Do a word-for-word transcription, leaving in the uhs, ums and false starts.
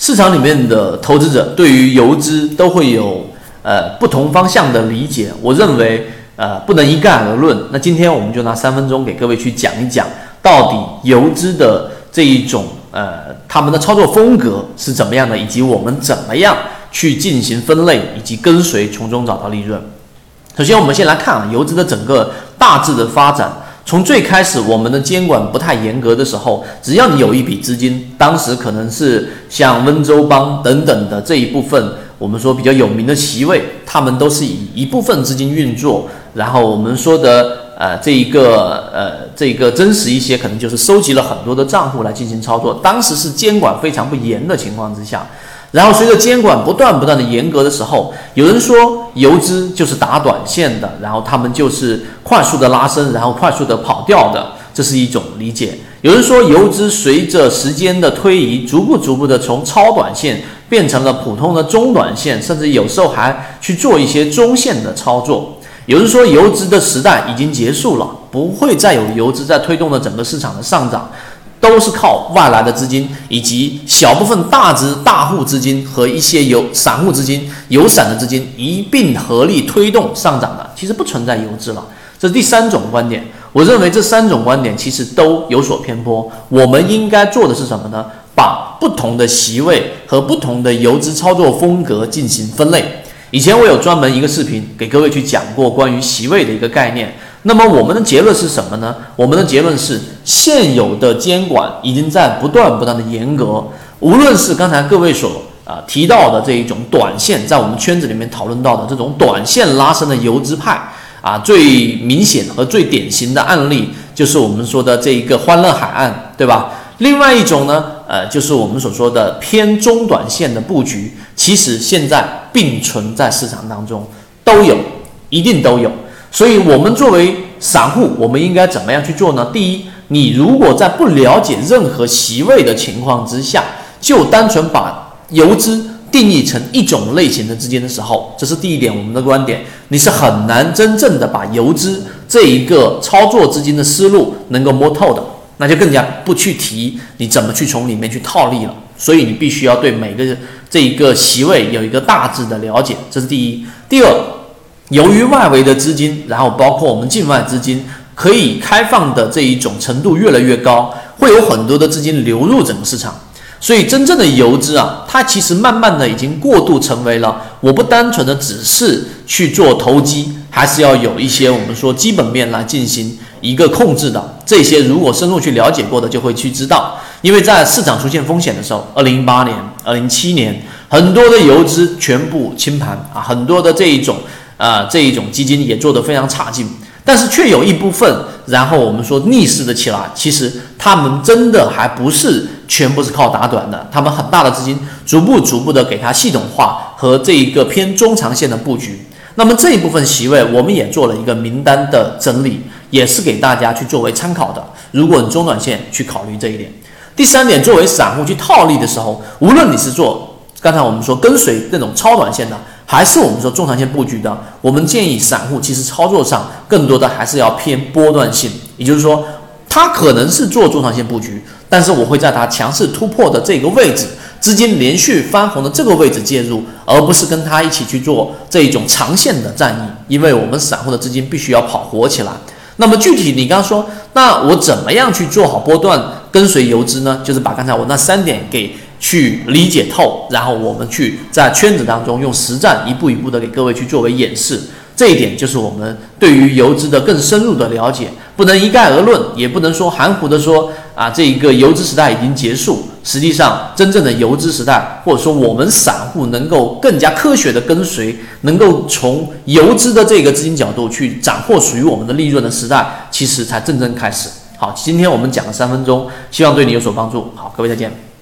市场里面的投资者对于游资都会有呃不同方向的理解，我认为呃不能一概而论。那今天我们就拿三分钟给各位去讲一讲，到底游资的这一种呃他们的操作风格是怎么样的，以及我们怎么样去进行分类以及跟随，从中找到利润。首先我们先来看啊，游资的整个大致的发展。从最开始我们的监管不太严格的时候，只要你有一笔资金，当时可能是像温州帮等等的这一部分我们说比较有名的席位，他们都是以一部分资金运作，然后我们说的呃这一个呃这一个真实一些，可能就是收集了很多的账户来进行操作。当时是监管非常不严的情况之下，然后随着监管不断不断的严格的时候，有人说游资就是打短线的，然后他们就是快速的拉升，然后快速的跑掉的，这是一种理解。有人说游资随着时间的推移，逐步逐步的从超短线变成了普通的中短线，甚至有时候还去做一些中线的操作。有人说游资的时代已经结束了，不会再有游资在推动了整个市场的上涨，都是靠外来的资金以及小部分大资大户资金和一些有散户资金、有散的资金一并合力推动上涨的，其实不存在游资了。这是第三种观点。我认为这三种观点其实都有所偏颇。我们应该做的是什么呢？把不同的席位和不同的游资操作风格进行分类。以前我有专门一个视频给各位去讲过关于席位的一个概念。那么我们的结论是什么呢？我们的结论是，现有的监管已经在不断不断的严格，无论是刚才各位所啊、呃、提到的这一种短线，在我们圈子里面讨论到的这种短线拉升的游资派啊，最明显和最典型的案例就是我们说的这一个欢乐海岸，对吧？另外一种呢，呃，就是我们所说的偏中短线的布局，其实现在并存在市场当中，都有，一定都有。所以我们作为散户，我们应该怎么样去做呢？第一，你如果在不了解任何席位的情况之下，就单纯把游资定义成一种类型的资金的时候，这是第一点我们的观点，你是很难真正的把游资这一个操作资金的思路能够摸透的，那就更加不去提你怎么去从里面去套利了。所以你必须要对每个这一个席位有一个大致的了解，这是第一。第二，由于外围的资金，然后包括我们境外资金可以开放的这一种程度越来越高，会有很多的资金流入整个市场，所以真正的游资啊，它其实慢慢的已经过渡成为了，我不单纯的只是去做投机，还是要有一些我们说基本面来进行一个控制的。这些如果深入去了解过的就会去知道，因为在市场出现风险的时候，二零一八年、二零一七年，很多的游资全部清盘啊，很多的这一种呃这一种基金也做得非常差劲，但是却有一部分，然后我们说逆势的起来，其实他们真的还不是全部是靠打短的，他们很大的资金逐步逐步的给它系统化和这一个偏中长线的布局。那么这一部分席位我们也做了一个名单的整理，也是给大家去作为参考的，如果你中短线去考虑这一点。第三点，作为散户去套利的时候，无论你是做刚才我们说跟随那种超短线的，还是我们说中长线布局的，我们建议散户其实操作上更多的还是要偏波段性，也就是说他可能是做中长线布局，但是我会在他强势突破的这个位置，资金连续翻红的这个位置介入，而不是跟他一起去做这一种长线的战役，因为我们散户的资金必须要跑活起来。那么具体你刚刚说，那我怎么样去做好波段跟随游资呢？就是把刚才我那三点给去理解透，然后我们去在圈子当中用实战一步一步的给各位去作为演示。这一点就是我们对于游资的更深入的了解，不能一概而论，也不能说含糊的说啊，这一个游资时代已经结束。实际上，真正的游资时代，或者说我们散户能够更加科学的跟随，能够从游资的这个资金角度去斩获属于我们的利润的时代，其实才真正开始。好，今天我们讲了三分钟，希望对你有所帮助。好，各位再见。